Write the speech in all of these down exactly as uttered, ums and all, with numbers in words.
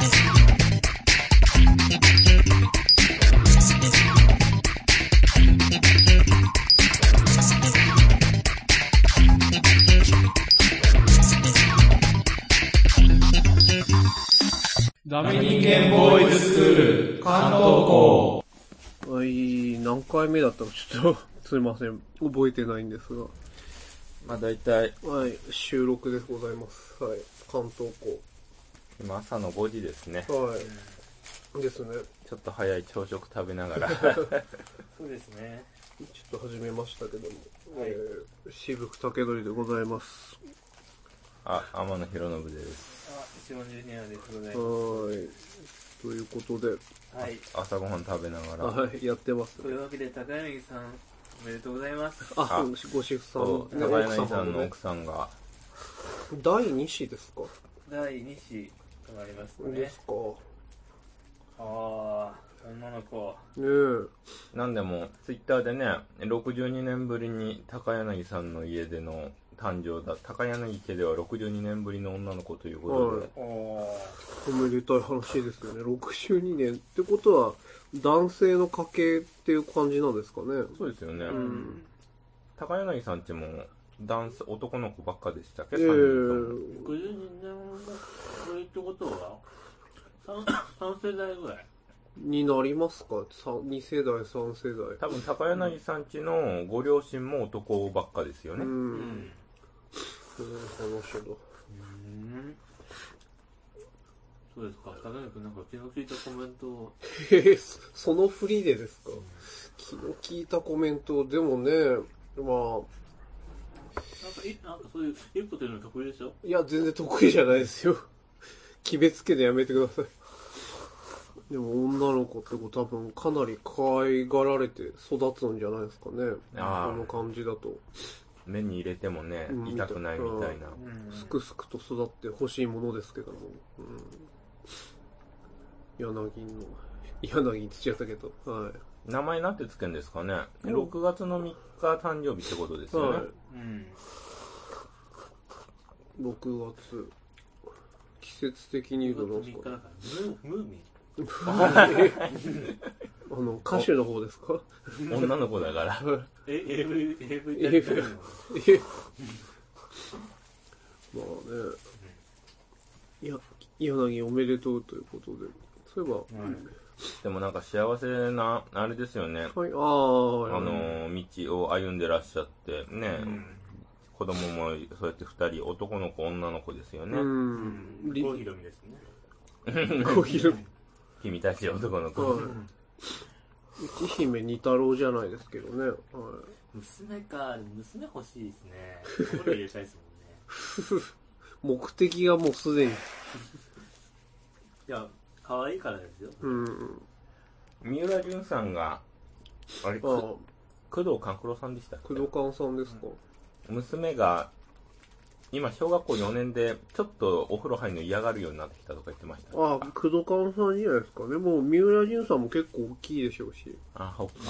ダメ人間ボーイズスクール関東校。 はい、何回目だったかちょっとすいません、覚えてないんですが、 まあ大体はい、収録でございます。はい、関東校。 今朝のごじですね。 はい、ですね。 ちょっと早い朝食食べながらそうですね。 ちょっと始めましたけども、 はい、 えー、渋く竹取でございます。 あ、天野博信です。 あ、一文字ニアでございます。 はい、ということで、 はい、 朝ごはん食べながら、 はい、やってます、ね。 というわけで高柳さんおめでとうございます。 あ、ご出産、 ね、高柳さんの奥さんがだいに子ですか。 だいに子となりますね。 ですか。 ああ、女の子。 ねえ。なんでもツイッターでね、ろくじゅうにねんぶりに高柳さんの家での誕生だ。高柳家ではろくじゅうにねんぶりの女の子ということで、 はい、おめでたい話ですよね。ろくじゅうにねんってことは男性の家系っていう感じなんですかね。 そうですよね、 うん、 高柳さんちも男性男の子ばっかでしたっけ、 えー、 さんにんとも。 ろくじゅうにねんぶりってことは 3, 3世代ぐらいになりますか。に世代さん世代。 多分高柳さんちのご両親も男ばっかですよね。 うん、うんうんそういう話だ。 うーん、そうですか。高柳君なんか気の利いたコメントを。 えー、その振りでですか。気の利いたコメントでもね、まあなんかいなんかそういういいこと言うの得意でしょ。 いや全然得意じゃないですよ。決めつけてやめてください。でも女の子って多分かなり可愛がられて育つんじゃないですかね。 あこの感じだと目に入れてもね、 うん、 痛くないみたいな、 うん、すくすくと育ってほしいものですけども、うん、柳の柳って言っちゃったけど、はい、 名前なんてつけるんですかね。ろくがつのみっか誕生日ってことですよね、はい、 うん、ろくがつ季節的に言うと何ですかね。 ムーミンあの歌手の方ですか。 女の子だからえ エーブイ エーブイエーブイ まあね、いや柳おめでとうということで、そういえば、うん、 でもなんか幸せなあれですよね、 はい、ああの道を歩んでらっしゃってね、うん、子供もそうやってふたり、男の子女の子ですよね。うん、 郷ひろみですね。郷ひろみ君たち男の子、はい、 浮姫二太郎じゃないですけどね、はい、 娘か。娘欲しいですね。これ入れたいですもんね。 目的がもうすでにいや可愛いからですよ、 うん、 三浦淳さんがあれ、あ工藤官九郎さんでしたっけ。 工藤官さんですか。 娘が今小学校よねんでちょっとお風呂入るの嫌がるようになってきたとか言ってました、ね、 ああ、工藤官さんじゃないですかね。もう三浦淳さんも結構大きいでしょうし。 ああ、ほっか。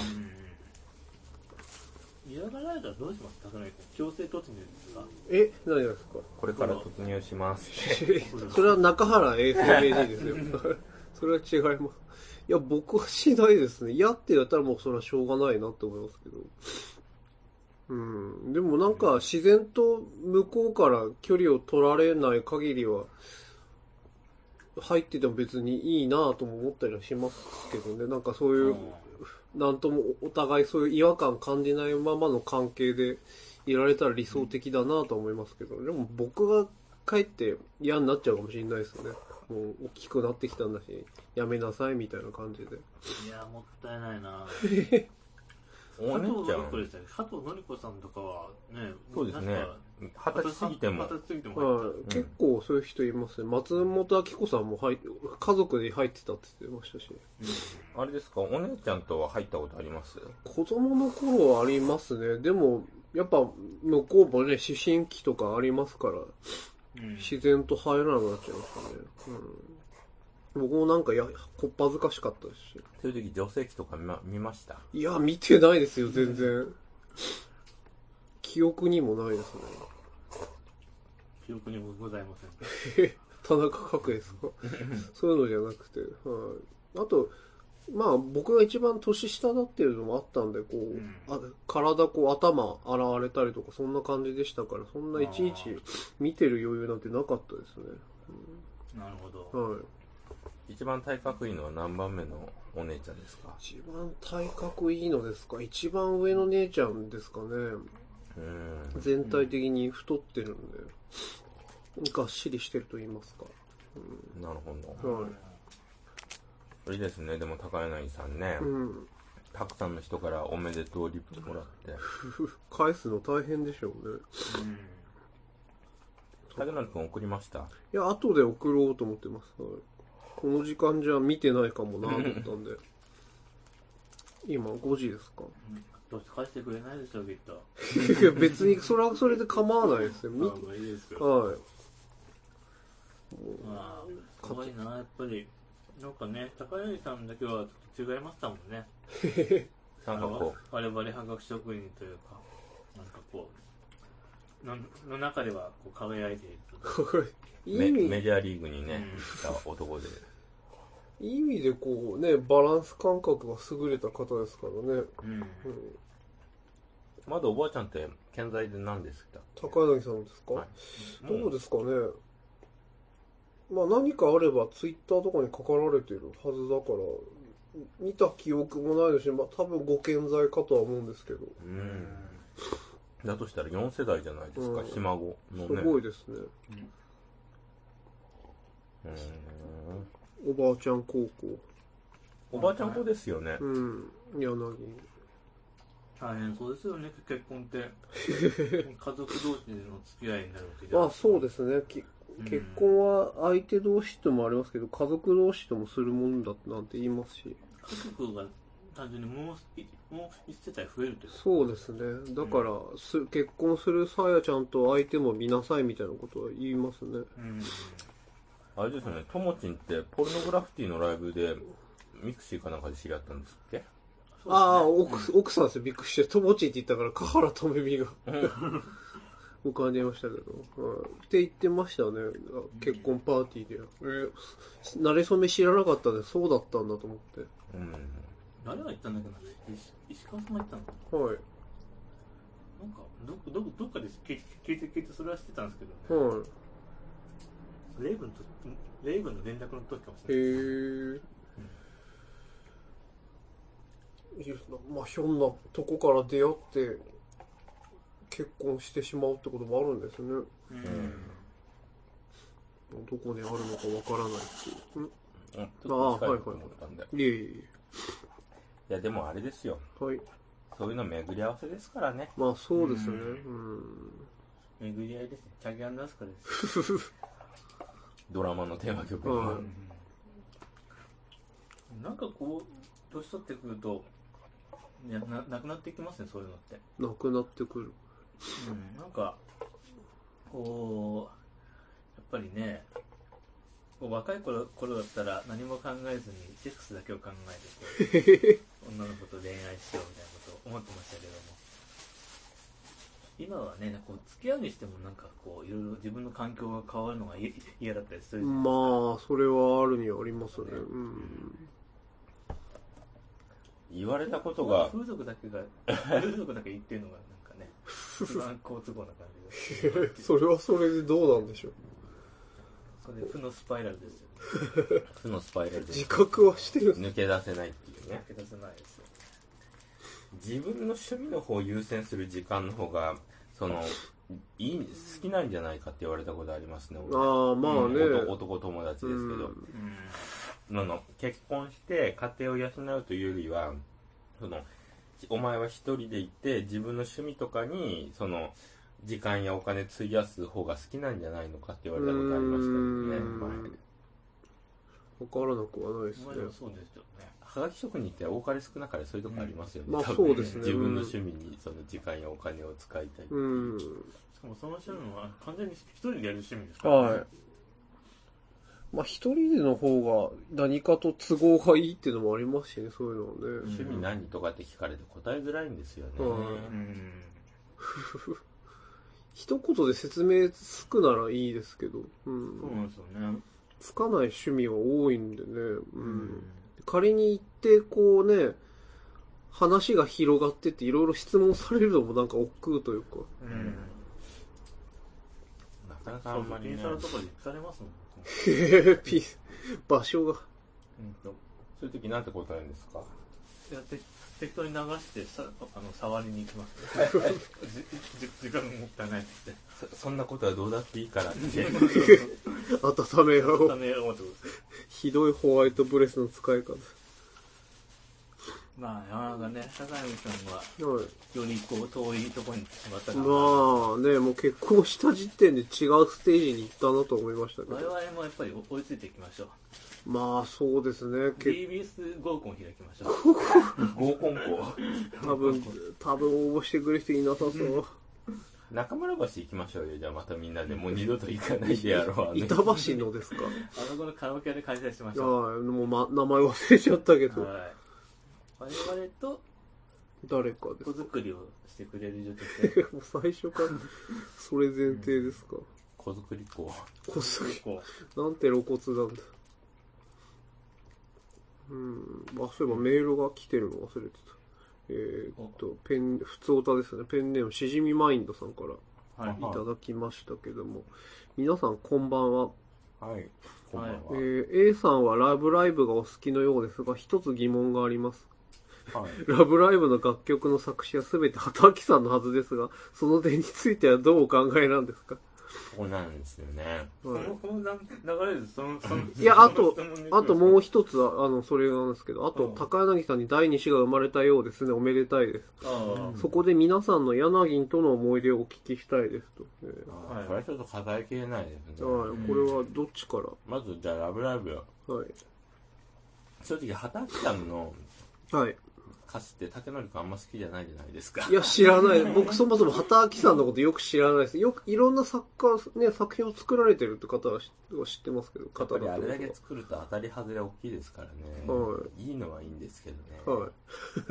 嫌がられたらどうしますか。強制突入ですか。 え、何ですか。 これから突入しますそれは中原衛生名人ですよそれは違います。いや、僕はしないですね。嫌って言ったらもうそれはしょうがないなって思いますけど、うん、でもなんか自然と向こうから距離を取られない限りは入ってても別にいいなとも思ったりはしますけどね。なんかそういうなんともお互いそういう違和感感じないままの関係でいられたら理想的だなと思いますけど、でも僕が帰って嫌になっちゃうかもしれないですよね。もう大きくなってきたんだしやめなさいみたいな感じで。 いやもったいないなお姉ちゃん、 加藤のり子さんとかはね、 そうですね、二十歳過ぎても、 はい、結構そういう人いますね。松本明子さんも入家族で入ってたって言ってましたし、 うん、あれですか、お姉ちゃんとは入ったことあります？ 子供の頃はありますね。でもやっぱ向こうもね思春期とかありますから、うん、自然と入らなくなっちゃいましたね、うん、僕もなんかやこっぱずかしかったですし。 そういう時女性器とか 見, ま、見ました？ いや見てないですよ全然記憶にもないですね。 記憶にもございません田中角栄ですかそういうのじゃなくて、はい、あとまあ僕が一番年下だっていうのもあったんでこう、うん、あ体こう頭洗われたりとかそんな感じでしたから、そんないちいち見てる余裕なんてなかったですね、 うん、なるほど、 はい、 一番体格いいのは何番目のお姉ちゃんですか？ 一番体格いいのですか？一番上の姉ちゃんですかね。うん、全体的に太ってるんでがっしりしてると言いますか、 うん、なるほど、はい、いいですね。でも高柳さんね、うん、たくさんの人からおめでとうリプもらって返すの大変でしょうね、うん、 高柳君送りました？いや後で送ろうと思ってます、はい、この時間じゃ見てないかもなと思ったんで今ごじですか、うんどうして返してくれないでしょうきっと。 いや別にそれはそれで構わないですよ。 まあいいですよ。 はい。 まあ可愛いなやっぱりなんかね高柳さんだけはちょっと違いましたもんね。 なんかこう我々はがき職人というかなんかこうのの中ではこう輝いているいいメ, メジャーリーグにね行った男で。 いい意味でこうねバランス感覚が優れた方ですからね、うんうん、 まだおばあちゃんって健在で何ですか？ 高柳さんですか、はい、どうですかね。まあ何かあればツイッターとかに書かられてるはずだから見た記憶もないですし、まあ多分ご健在かとは思うんですけど、 うんだとしたらよん世代じゃないですか、うん、ひ孫のね。 すごいですね、うんうんおばあちゃん高校。 おばあちゃん子ですよね。 うん。柳。 大変そうですよね、結婚って。家族同士での付き合いになるわけじゃないですか。 あ、そうですね。結婚は相手同士ともありますけど、家族同士ともするもんだなんて言いますし。 家族が単純にもう、もう一世帯増えるという。 そうですね。だから、うん、す結婚するさやちゃんと相手も見なさいみたいなことは言いますね。うんあれですよね、ともちんってポルノグラフィティのライブでミクシーかなんかで知り合ったんですっけ？ね、 ああ、奥, 奥さんですよ、びっくりして。ともちんって言ったから、華原朋美が浮かんでましたけど、はい。って言ってましたね、結婚パーティーで。えー、慣れ初め知らなかったんで、そうだったんだと思って。 うん、誰が言ったんだけど、石川さんが言ったの？はい。なんか、ど, ど, どっかで聞いて、聞いて、聞いて、それは知ってたんですけどね。はい。レイブンとレイブンの連絡の時かもしれない。へー、 うん、いいですな。まあひょんなとこから出会って結婚してしまうってこともあるんですね。うん。どこにあるのかわからないっていう。うん。 ああ、はいはいはい。 いえいえ。 いやでもあれですよ。はい。そういうの巡り合わせですからね。 まあそうですね。うん。 うん、巡り合いですね。チャギアンダスカです。 ドラマのテーマ曲、うん、 なんかこう年取ってくるといや な, なくなってきますね、そういうのって。 なくなってくる、 うん、なんかこうやっぱりねこう若い 頃, 頃だったら何も考えずにセックスだけを考えて女の子と恋愛しようみたいなことを思ってましたけども、今はね、こう付き合うにしてもなんかこういろいろ自分の環境が変わるのが嫌だったりするじゃないですか。 まあそれはあるにはありますね。うん、 言われたことが風俗だけが風俗だけ言ってるのがなんかね一番好都合な感じがそれはそれでどうなんでしょう。 それ負のスパイラルですよね。 負のスパイラルで自覚はしてる。 抜け出せないっていうね。 抜け出せないですよ。 自分の趣味の方を優先する時間の方がそのいい好きなんじゃないかって言われたことありますね。 ああまあね、 うん、男友達ですけど、うん、あの結婚して家庭を養うというよりはそのお前は一人でいて自分の趣味とかにその時間やお金費やす方が好きなんじゃないのかって言われたことありましたけどね。 分からなくはないですね。 そうですよね。 はがき職人って多かれ少なかれそういうとこありますよね。 うん、まあそうですね。 自分の趣味にその時間やお金を使いたい。 うん。 しかもその趣味は完全に一人でやる趣味ですからね。はい。 まあ一人での方が何かと都合がいいっていうのもありますしね、そういうのはね。 趣味何とかって聞かれて答えづらいんですよね。うん。 一言で説明つくならいいですけど、うん、 そうなんですよね。 つかない趣味は多いんでね、うんうん、仮に行ってこうね話が広がってっていろいろ質問されるのもなんか億劫というか、うん、 なかなかあんまりね、 ピンサのところでされますもん。 ピ場所が、うん、 そういう時なんて答えるんですか？ いやて適当に流してさあの触りに行きます、ね、時間もったいないって言ってそ, そんなことはどうだっていいからって温めよう。 温めようとひどいホワイトブレスの使い方。 まあなかなかね、高柳さんはよりこう遠いところにまたまあね、もう結婚した時点で違うステージに行ったなと思いましたけど、 我々もやっぱり追いついていきましょう。 まあそうですね。 ティービーエス 合コン開きましょう。 合コン校多分多分応募してくれる人いなさそう。 中村橋行きましょうよ。じゃあまたみんなでもう二度と行かないでやろう、ね、 板橋のですか？ あの子のカラオケで開催しましょう。 ああ、もう、ま、名前忘れちゃったけど、 はい、我々と誰かですか？ 子作りをしてくれる女性もう最初からそれ前提ですか？ 子作り子子作り子なんて露骨なんだ。うん、あ、そういえばメールが来てるの忘れてた。えー、っとペン普通歌ですね。ペンネームしじみマインドさんからいただきましたけども、はい、皆さんこんばんは。 はい、こんばんは。 えー、A さんはラブライブがお好きのようですが、一つ疑問があります。はい、ラブライブの楽曲の作詞はすべて畑明さんのはずですが、その点についてはどうお考えなんですか？ そうなんですよね。 はい、この流れでそのそのいや、あとあともう一つはあのそれなんですけど、あと高柳さんにだいに子が生まれたようですね。おめでたいです。そこで皆さんの柳との思い出をお聞きしたいですと。えー、はい、これはちょっと語りきれないですね。 はい、これはどっちから？ まずじゃあラブライブ。はい。正直畑明さんのはい。歌詞って竹典くんあんま好きじゃないじゃないですか。 いや知らない。僕そもそも畑明さんのことよく知らないです。よくいろんな作家ね作品を作られてるって方は知ってますけど、 やっぱりあれだけ作ると当たり外れ大きいですからね。はい。いいのはいいんですけどね。はい。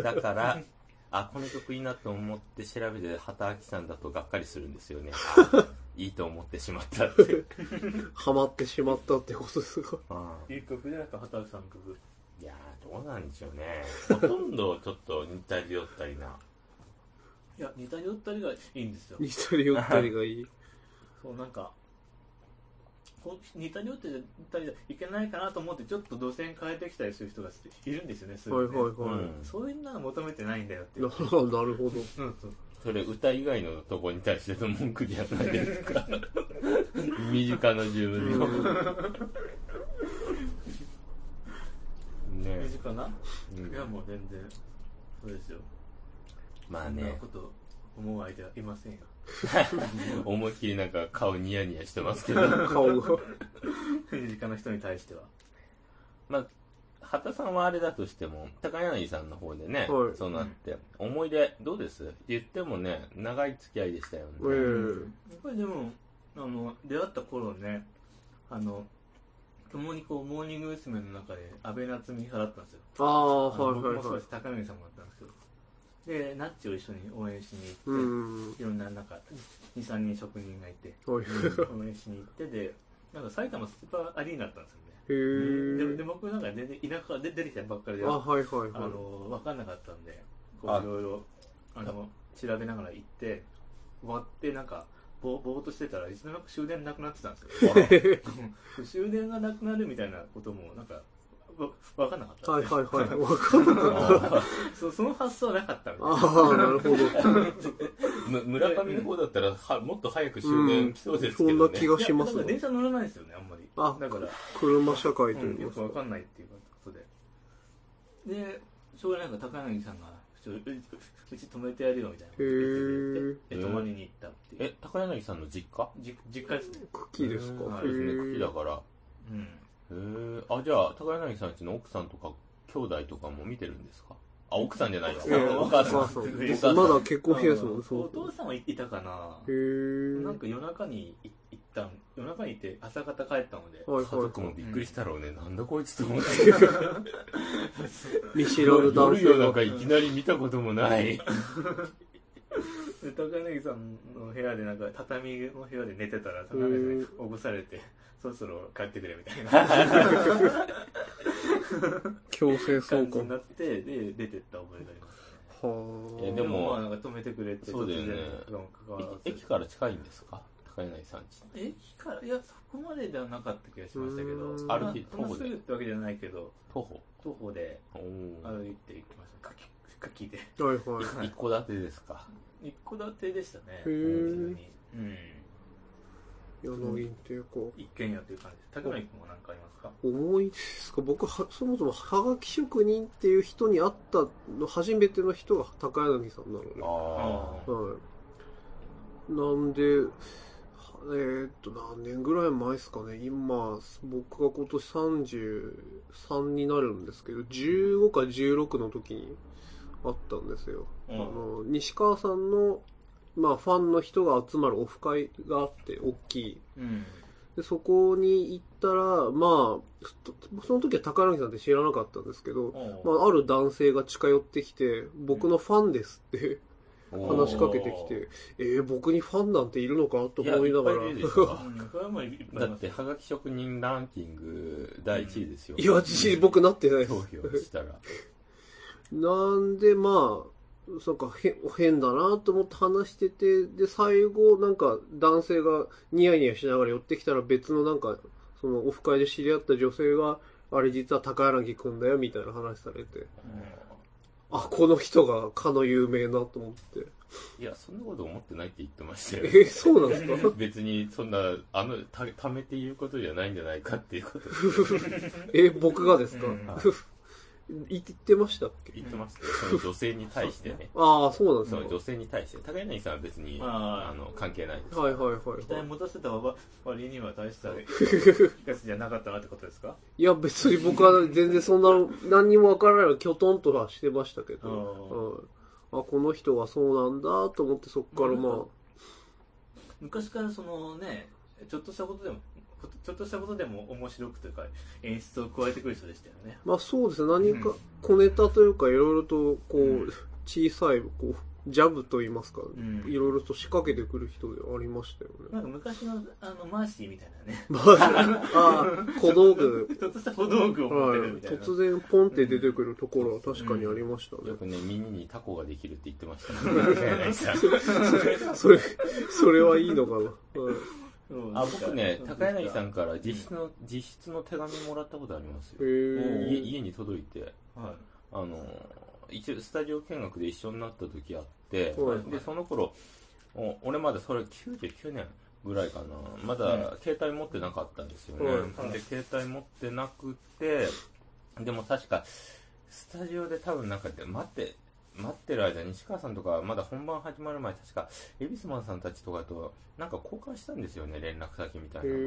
だからあこの曲いいなと思って調べて畑明さんだとがっかりするんですよね。いいと思ってしまったって。 ハマってしまったってことですが。 いい曲じゃないか畑明さんの曲。 いやーどうなんでしょうね。ほとんどちょっと似たり寄ったりな。 いや似たり寄ったりがいいんですよ。 似たり寄ったりがいい。 そうなんか似たり寄ったりいけないかなと思ってちょっと路線変えてきたりする人がいるんですよね。そういうね、はいはいはい、うん、そういうのは求めてないんだよっていう。 なるほど。うんそう。それ歌以外のとこに対しての文句じゃないですか。身近な自分の。 ね、身近な、うん、いやもう全然そうですよ。 まあね、 そんなこと思う相手はいませんよ。 思いっきりなんか顔ニヤニヤしてますけど顔が身近な人に対してはまあ畑さんはあれだとしても高柳さんの方でね、はい、そうなって、うん、思い出どうです言ってもね長い付き合いでしたよね、えー、やっぱりでもあの出会った頃ねあの共にこうモーニング娘。の中で安倍夏美派だったんですよ。 ああはいはいはい。 もう少し高柳さんもだったんですけど、でナッチを一緒に応援しに行って、うん、いろんななんかにさんにん職人がいて、うん、応援しに行ってでなんか埼玉スーパーアリーナだったんですよね。へー。で, で僕なんか全然田舎から出てきたばっかりで、あ、はいはいはい、あの分かんなかったんで、こういろいろあの調べながら行って終わってなんか。ぼ, ぼーっとしてたらいつの間にか終電なくなってたんですよ。終電がなくなるみたいなこともなんかわ分かんなかったんですよ。はいはいはい。分かんなかった。そ, その発想はなかったみたいな。 ああなるほど。 村上の方だったらはもっと早く終電来そうですけどね。 うん、そんな気がします。 いや電車乗らないですよねあんまり。あだから車社会という、 うん、よく分かんないっていうことで。でしょうがないから高柳さんがうち泊めてやるよみたいなこと言ってて、泊まりに行ったっていう。 え、高柳さんの実家？ じ実家ですね。 茎ですか？ そうですね、茎だから。うん。へえ。あ、じゃあ高柳さんちの奥さんとか兄弟とかも見てるんですか？あ、奥さんじゃないよ。お母さん。 まだ結婚してですもんね。 お父さんはいたかな。へえ。なんか夜中に行ったん、夜中にいて朝方帰ったので、 家族もびっくりしたろうね。なんだこいつと思って。 見知らぬ男性夜夜中いきなり見たこともない。 で高柳さんの部屋でなんか畳の部屋で寝てたら高柳さんに起こされてそろそろ帰ってくれみたいな強制送還感じになってで出てった覚えがありますね。 はあ。 でもまあなんか止めてくれてそうだよね。駅から近いんですか、高柳さんち。 駅からいやそこまでではなかった気がしましたけど、 歩き徒歩で。 すぐってわけじゃないけど徒歩徒歩で歩いて行きました。かきで。 はいはい。 一戸建てですか。 一戸建てでしたね。 へー。 うん。 柳っていうか。 一軒家という感じです。高柳君も何かありますか？ 思い出ですか。僕は、そもそもはがき職人っていう人に会ったの、初めての人が高柳さんなので。 ああ。 はい。なんで、えー、っと、何年ぐらい前ですかね。今、僕が今年さんじゅうさんになるんですけど、じゅうごかじゅうろくの時にあったんですよ。うん、あの、西川さんの、まあ、ファンの人が集まるオフ会があって、大きい。うんでそこに行ったら、まあ、その時は高柳さんって知らなかったんですけど、まあ、ある男性が近寄ってきて、僕のファンですって話しかけてきて、えー、僕にファンなんているのかと思いながら。 だって、はがき職人ランキングだいいちいですよ。 いや、僕なってないです。 投票したら。 なんで、まあ、なんか変だなと思って話してて、で、最後、なんか男性がニヤニヤしながら寄ってきたら別のなんか、そのオフ会で知り合った女性が、あれ実は高柳くんだよみたいな話されて、うん、あ、この人がかの有名なと思って。 いや、そんなこと思ってないって言ってましたよ。 え、そうなんですか？ 別に、そんな、あの、た、ためて言うことじゃないんじゃないかっていうことえ、僕がですか？うん言ってましたっけ？ 言ってましたよ。その女性に対してね。 ああ、そうなんですか。その女性に対して。高柳さんは別に、 あ, あの、関係ないです。 はいはいはい、はい。 期待持たせた割には大したやつじゃなかったなってことですか？ いや、別に僕は全然そんな、何にもわからないのきょとんとはしてましたけど、あ, あ、この人がそうなんだと思ってそこからまあ。 昔からそのね、ちょっとしたことでも、ちょっとしたことでも面白くというか演出を加えてくる人でしたよね。 まあそうですね。何か小ネタというかいろいろとこう、うん、小さいこうジャブと言いますか、いろいろと仕掛けてくる人でありましたよね。 なんか昔のあのマーシーみたいなね。 ああ、小道具。 ちょっとした小道具を持ってるみたいな、 はい。突然ポンって出てくるところは確かにありましたね。 うん、よくね、耳にタコができるって言ってましたね。 それ、それはいいのかな。はいあ、僕ね、高柳さんから実質の、実質の手紙もらったことありますよ。家, 家に届いて、はい、あの、一応スタジオ見学で一緒になった時あって、はい、で、その頃、俺まだそれきゅうじゅうきゅうねんぐらいかな、まだ携帯持ってなかったんですよね。はい、で、携帯持ってなくて、でも確か、スタジオで多分なんか待って、待ってる間、西川さんとかまだ本番始まる前、確かエビスマンさんたちとかとなんか交換したんですよね、連絡先みたいなの。うん、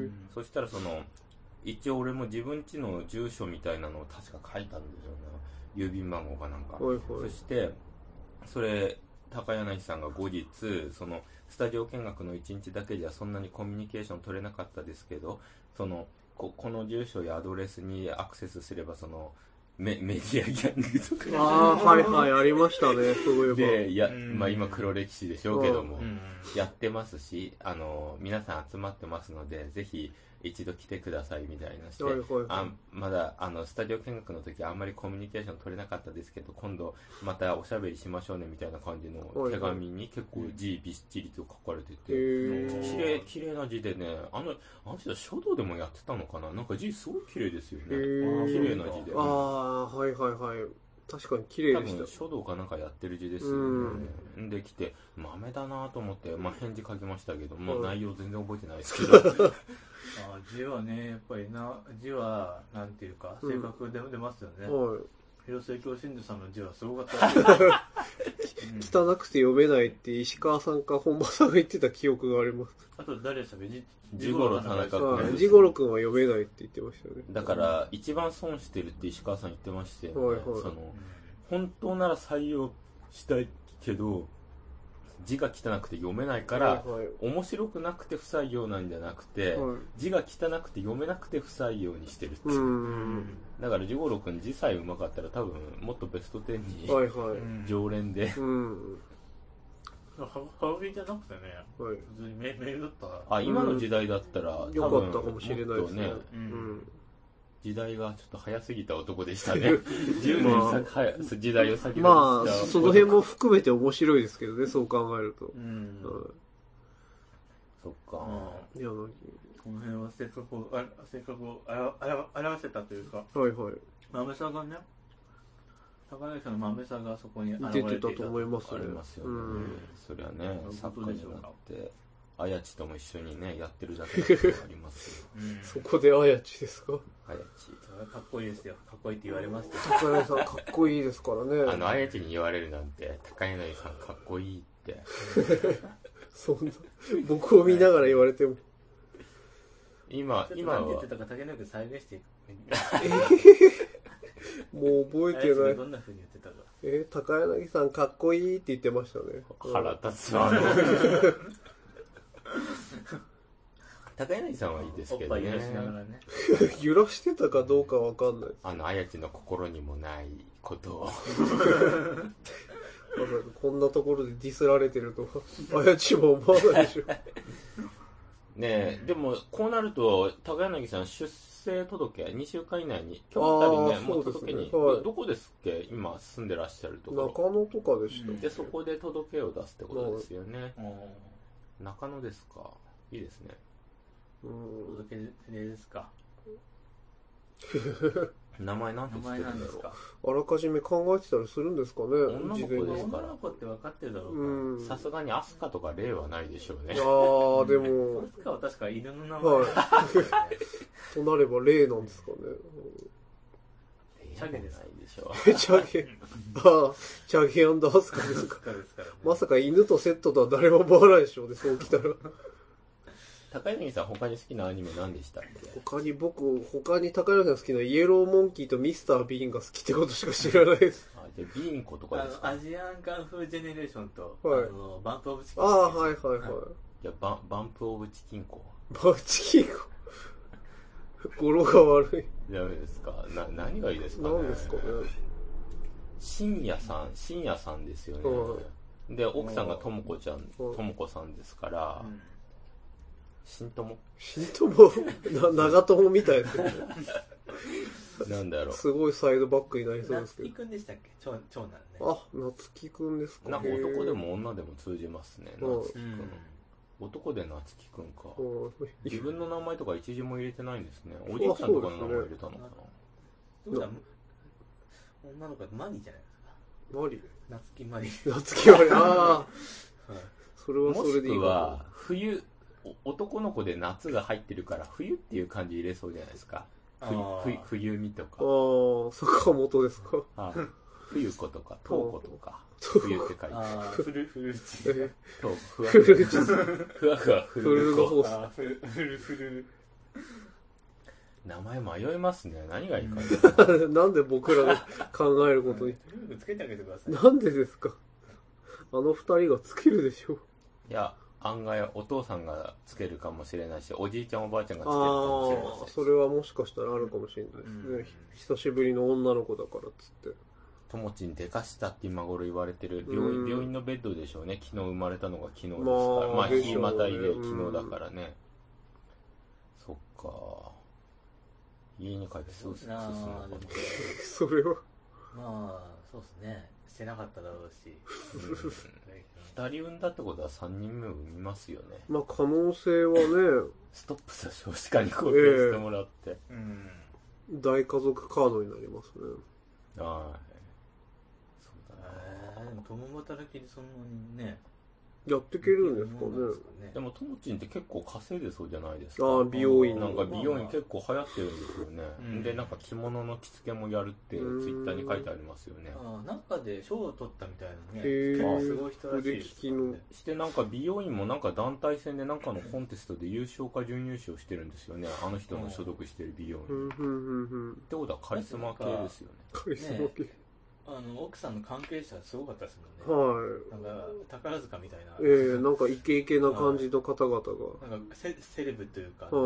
そしたらその一応俺も自分家の住所みたいなのを確か書いたんですよね、郵便番号かなんか。はいはい、そしてそれ高柳さんが後日そのスタジオ見学のいちにちだけじゃそんなにコミュニケーション取れなかったですけど、その こ, この住所やアドレスにアクセスすればそのメ, メディアギャングとかああはいはいありましたね。そういえばでいや、まあ、今黒歴史でしょうけども、やってますし、あの皆さん集まってますのでぜひ一度来てくださいみたいなして、はいはいはい、あまだあのスタジオ見学の時あんまりコミュニケーション取れなかったですけど今度またおしゃべりしましょうねみたいな感じの手紙に結構字びっちりと書かれてて、綺麗綺麗な字でね、あのあの人は書道でもやってたのかな、なんか字すごい綺麗ですよね。綺麗な字で、 ああはいはいはい、確かに綺麗でした。 多分書道かなんかやってる字ですよね。で来て豆だなと思って、まあ、返事書きましたけど、まあ、内容全然覚えてないですけどあ字はねやっぱりな字はなんていうか性格で出ますよね。 うんはい、 広末京真珠さんの字はすごかった汚くて読めないって石川さんか本間さんが言ってた記憶があります。 あと誰でしたっけ、 ジゴロ田中君。 ジゴロ君は読めないって言ってましたよね。 だから一番損してるって石川さん言ってましたよね。はいはい、その本当なら採用したいけど字が汚くて読めないから、はいはい、面白くなくて不採用なんじゃなくて、はい、字が汚くて読めなくて不採用にしてるって。うんだからジゴロ君字さえ上手かったら多分もっとベストじゅうに、はいはい、常連で、うん、 はがきじゃなくてね、はい、普通にメールだったらあ今の時代だったら、うん、 よかったかもしれないですね、 うん、時代がちょっと早すぎた男でしたねじゅうねんさ、まあ、時代を先取りしたまあその辺も含めて面白いですけどねそう考えると、 うんはい、そっか、 うん、いやこの辺は性格をあ性格を表せたというかはいはい豆さがね高柳さんの豆さがそこに現れていた出てたと思いますね。 ありますよね。うん、そりゃね、作家になって、あやちとも一緒にね、やってるだけでありますよ。 うん、そこであやちですかあやち。 かっこいいですよ。かっこいいって言われますよ。 高柳さんかっこいいですからね。 あの、あやちに言われるなんて、高柳さんかっこいいって。 そんな、僕を見ながら言われても。 今、今は。 何言ってたか竹中再現していく。 もう覚えてない。 どんな風に言ってたか。 えー、高柳さんかっこいいって言ってましたね。 腹立つわ。高柳さんはいいですけどね。 おっぱい揺らしながらね。 揺らしてたかどうかわかんない。 あの、あやちの心にもないことを。 こんなところでディスられてるとは、あやちも思わないでしょ。 ねえ、でも、こうなると、高柳さん出生届にしゅうかん以内に、今日あたりね、もう届けに、はい、どこですっけ今住んでらっしゃるところ。 中野とかでした。 で、そこで届けを出すってことですよね。中野ですか。いいですね。 うん。届け出ですか。 名前なんてつけるんですか。 あらかじめ考えてたりするんですかね。 女の子ですから。 女の子って分かってるだろうか。 さすがにアスカとかレイはないでしょうね。 ああでも。 アスカは確か犬の名前。はい。 となればレイなんですかね。 チャゲですないでしょ。チャゲ。ああ、チャゲ&アスカですか。まさか犬とセットとは誰も思わないでしょうね。そう来たら。 高柳さん他に好きなアニメ何でしたっけ？ 他に僕他に高柳さん好きなイエローモンキーとミスター・ビーンが好きってことしか知らないです。 あ、じゃあビーンコとかですか？ アジアンカンフージェネレーションと、 はい、 あのバンプオブチキン。 ああはいはいはい。 じゃあババンプオブチキンコ。 バンチキンコ。語呂が悪い。 ダメですか？な何がいいですかね？ 何ですかね。 深夜さん深夜さんですよね。はい、で奥さんがともこちゃんともこさんですから。うん新友新友な長友みたいななんだろうすごいサイドバックになりそうですけど夏樹くんでしたっけ 長, 長男ねあ夏樹くんですかなんか男でも女でも通じますね夏樹くん、うん、男で夏樹くんか自分の名前とか一字も入れてないんですねおじいちゃんとかの名前入れたのかな、 ね、女の子はマリじゃないですかマリ夏樹マリ夏樹マリああ、はい、それはそれでいいもしくは冬男の子で夏が入ってるから冬っていう感じ入れそうじゃないですか冬冬見とかああ坂本ですかあ冬子とか東子とか冬って書いてあフルフルーチふわふわふわふわフルコあフルフルフル名前迷いますね何がいいかなんで僕らが考えることにつけてあげてくださいなんでですかあの二人がつけるでしょういや案外お父さんがつけるかもしれないしおじいちゃんおばあちゃんがつけるかもしれないしそれはもしかしたらあるかもしれないですね、うん、久しぶりの女の子だからっつってともちんでかしたって今頃言われてる 病院、うん、病院のベッドでしょうね昨日生まれたのが昨日ですからまあ日またいで昨日だからね、うん、そっか家に帰ってすぐ進むのかなそれはまあそうですねしてなかっただろうし、うん、 ふたり産んだってことはさんにんめを産みますよねまあ可能性はねストップさ少子化に貢献してもらって、 えー、大家族カードになりますねはいそうだね、えー、でも共働きでそんなにねやっていけるんですかねでもともちんって結構稼いでそうじゃないですかああ美容院なんか美容院結構流行ってるんですよね、うん、でなんか着物の着付けもやるってツイッターに書いてありますよねああなんかで賞を取ったみたいなね結構すごい人らしいですのしてなんか美容院もなんか団体戦でなんかのコンテストで優勝か準優勝してるんですよねあの人の所属してる美容院ってことはカリスマ系ですよねカリスマ系、ねあの奥さんの関係者すごかったですもんね。はい。なんか宝塚みたいな。 ええー、なんかイケイケな感じの方々が。 なんかセセレブというか。はい。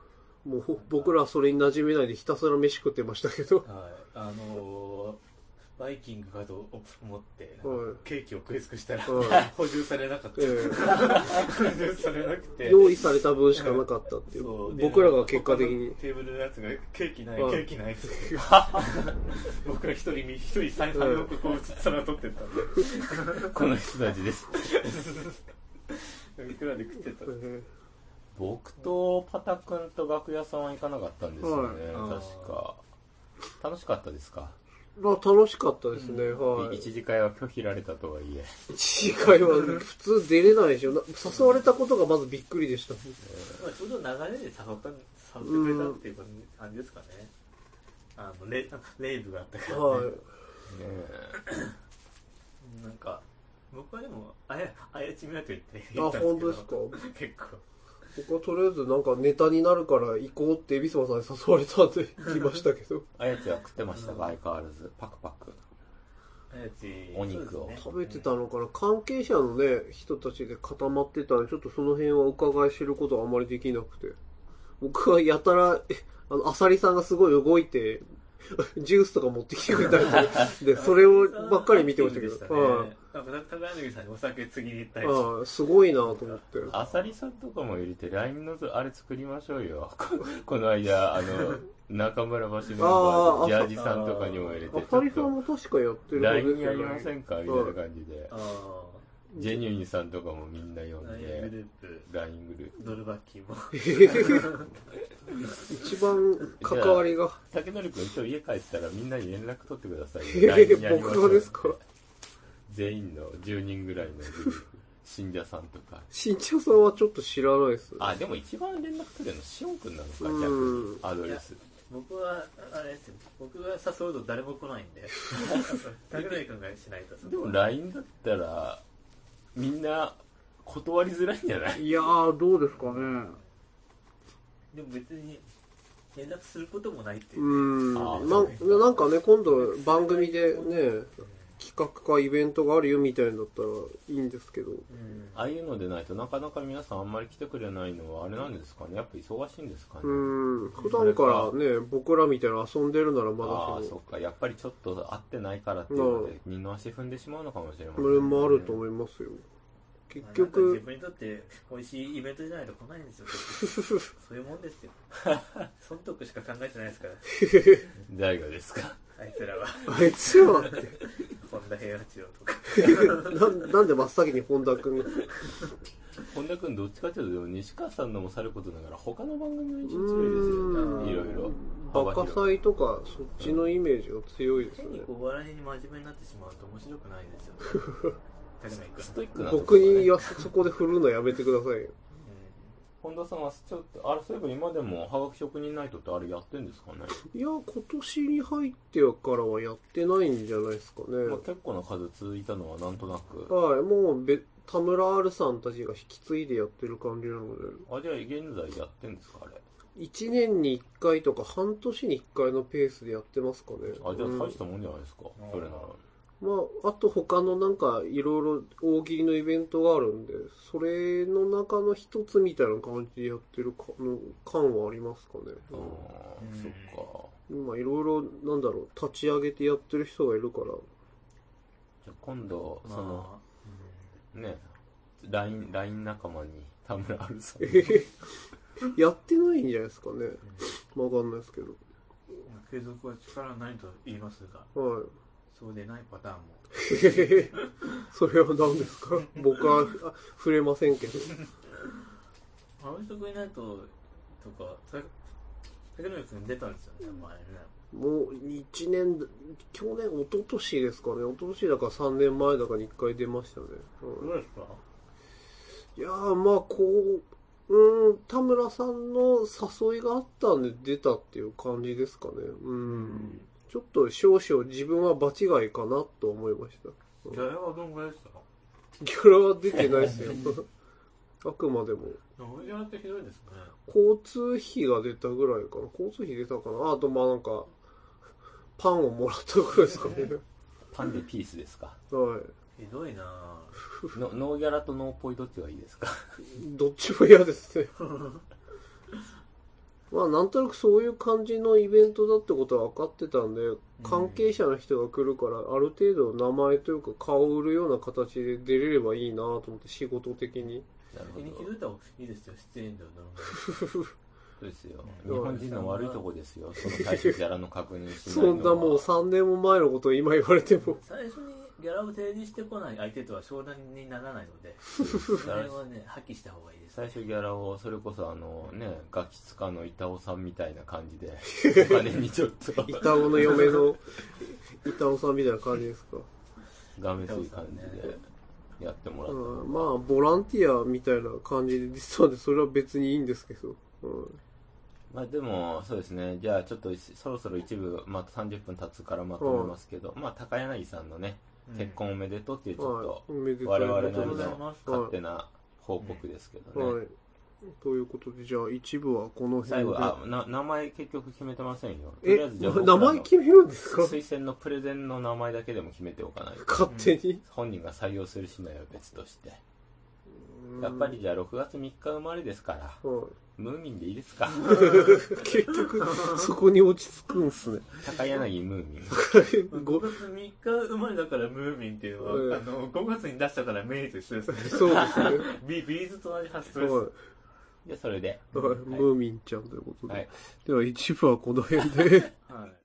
もう僕らそれに馴染めないでひたすら飯食ってましたけど。 はい。あのバイキングかと思って、 はい、 ケーキを食い尽くしたら、 はい、 補充されなかった、えー、補充されなくて用意された分しかなかったっていう、僕らが結果的にテーブルのやつがケーキない、はい、ケーキないって僕ら一人一人さんびゃくこう皿取ってったんでこの人たちですいくらで食ってた、えー、 僕とパタ君と楽屋さんは行かなかったんですよね、はい、確か楽しかったですか？ まあ楽しかったですね、うん、 はい。一次会は拒否られたとはいえ。 一次会は普通出れないでしょ。誘われたことがまずびっくりでした。 まあ、ちょうど流れで誘った、誘ってくれたっていう感じですかね。あのレレイブがあったからね。はい。ねなんか僕はでもあやあやちみなと言って言ったんですけど。あ、本当ですか？結構。 僕はとりあえずなんかネタになるから行こうって海老沢さんに誘われたって言いましたけどあやちは食ってましたか？相変わらずパクパクあやちお肉を、 ね、食べてたのかな。関係者のね人たちで固まってたんでちょっとその辺はお伺い知ることはあまりできなくて、僕はやたらあのアサリさんがすごい動いてジュースとか持ってきてくれたりでそれをばっかり見てましたけど、ね、はい。 高柳さんにお酒継ぎに行ったりああすごいなと思ってあさりさんとかも入れて ライン のあれ作りましょうよこの間あの中村橋のジャージさんとかにも入れてあさりさんも確かやってるライン やりませんかみたいな感じであジェニュインさんとかもみんな呼んで ライン グループ ライン グループドルバッキーも一番関わりが竹典君今日家帰ったらみんなに連絡取ってくださいよ、えー、僕がですか？ 全員のじゅうにんぐらいの信者さんとか信者さんはちょっと知らないです、ね、 あでも一番連絡取れるのしおんくんなのか逆にアドレス僕はあれですよ僕が誘うと誰も来ないんで竹内君がしないとでも ライン だったらみんな断りづらいんじゃない？ いやーどうですかね。 でも別に連絡することもないっていううんな, なんかね今度番組でね企画かイベントがあるよみたいんだったらいいんですけど、うん、 ああいうのでないとなかなか皆さんあんまり来てくれないのはあれなんですかね。やっぱ忙しいんですかね。 うん普段からね僕らみたいな遊んでるならまだしもああそっかやっぱりちょっと会ってないからっていうので二の足踏んでしまうのかもしれませんね。 それもあると思いますよ。結局自分にとって美味しいイベントじゃないと来ないんですよそういうもんですよ損得しか考えてないですから誰がですかあいつらはあいつらはって本田平八郎とかな, なんで真っ先に本田君が本田君どっちかというと西川さんのもさることながら他の番組の印象強いですよね。いろいろバカ祭とかそっちのイメージが強いですよね。 変にお笑いに真面目になってしまうと面白くないですよねストイックな僕にそこで振るのやめてくださいよ、うん、 本田さんはちょっとあれそういえば今でもはがき職人ナイトってあれやってんですかね。 いや今年に入ってからはやってないんじゃないですかね、 まあ、結構な数続いたのはなんとなくはいもうべ田村 R さんたちが引き継いでやってる感じなので。 あじゃあ現在やってんですかあれ。 いちねんにいっかいとか半年にいっかいのペースでやってますかね。 あじゃあ大したもんじゃないですか、うん、それならまあ、あと他のなんかいろいろ大喜利のイベントがあるんでそれの中の一つみたいな感じでやってるかの感はありますかね。 ああ、うん、そっか。 今いろいろなんだろう立ち上げてやってる人がいるからじゃあ今度その、うん、ね ライン ライン 仲間に田村あるさんやってないんじゃないですかね。わかんないですけど継続は力ないと言いますがはいそうでないパターンもそれは何ですか僕は触れませんけどあの人がいないととか竹野君出たんですよね前ね。もういちねん去年一昨年ですかね。一昨年だからさんねんまえだからにいっかい出ましたね、 うん、どうですか。 いやーまあこううん田村さんの誘いがあったんで出たっていう感じですかね。うん、うんちょっと少々自分は場違いかなと思いました。 ギャラはどんぐらいですか。 ギャラは出てないですよあくまでもギャラってひどいですね。 交通費が出たぐらいかな。交通費出たかな。あとまあなんかパンをもらったぐらいですかねパンでピースですか。 はいひどいなのノーギャラとノーポイどっちがいいですかどっちも嫌ですねまあなんとなくそういう感じのイベントだってことは分かってたんで、関係者の人が来るから、ある程度名前というか顔を売るような形で出れればいいなと思って、仕事的に。 なるほど。気づいた方がいいですよ、出演料の。そうですよ。日本人の悪いとこですよ。その最初ギャラの確認しないのは。 そんなもうさんねんも前のことを今言われても。 最初にギャラを提示してこない相手とは商談にならないので、それはね、破棄した方がいいです。 最初ギャラを、それこそあのね、ガキ使の板尾さんみたいな感じで、お金にちょっと。 板尾の嫁の板尾さんみたいな感じですか。 がめつい感じでやってもらった、 うん。まあ、ボランティアみたいな感じで出てたんで、それは別にいいんですけど。うん、 まあでも、そうですね。じゃあちょっとそろそろ一部、まあさんじゅっぷん経つからまとめますけど、うん、まあ高柳さんのね、結婚おめでとうっていうちょっと、我々なりの勝手な報告ですけどね。はいはい、 ということで、じゃあ一部はこの辺で。 最後、あ、な、名前結局決めてませんよ。とりあえずじゃあ名前決めるんですか？ 推薦のプレゼンの名前だけでも決めておかないと。 勝手に、うん、 本人が採用するしないは別として。やっぱりじゃあろくがつみっか生まれですから、はい、ムーミンでいいですか？ 結局そこに落ち着くんすね。 高柳ムーミン。ごがつみっか生まれだからムーミンっていうのは、うん、あのごがつに出したからメイと一緒ですね。 そうですね。 ビビーズと同じ発想です。 はい、じゃあそれで、 はい、ムーミンちゃんということで、はい、では一部はこの辺で。はい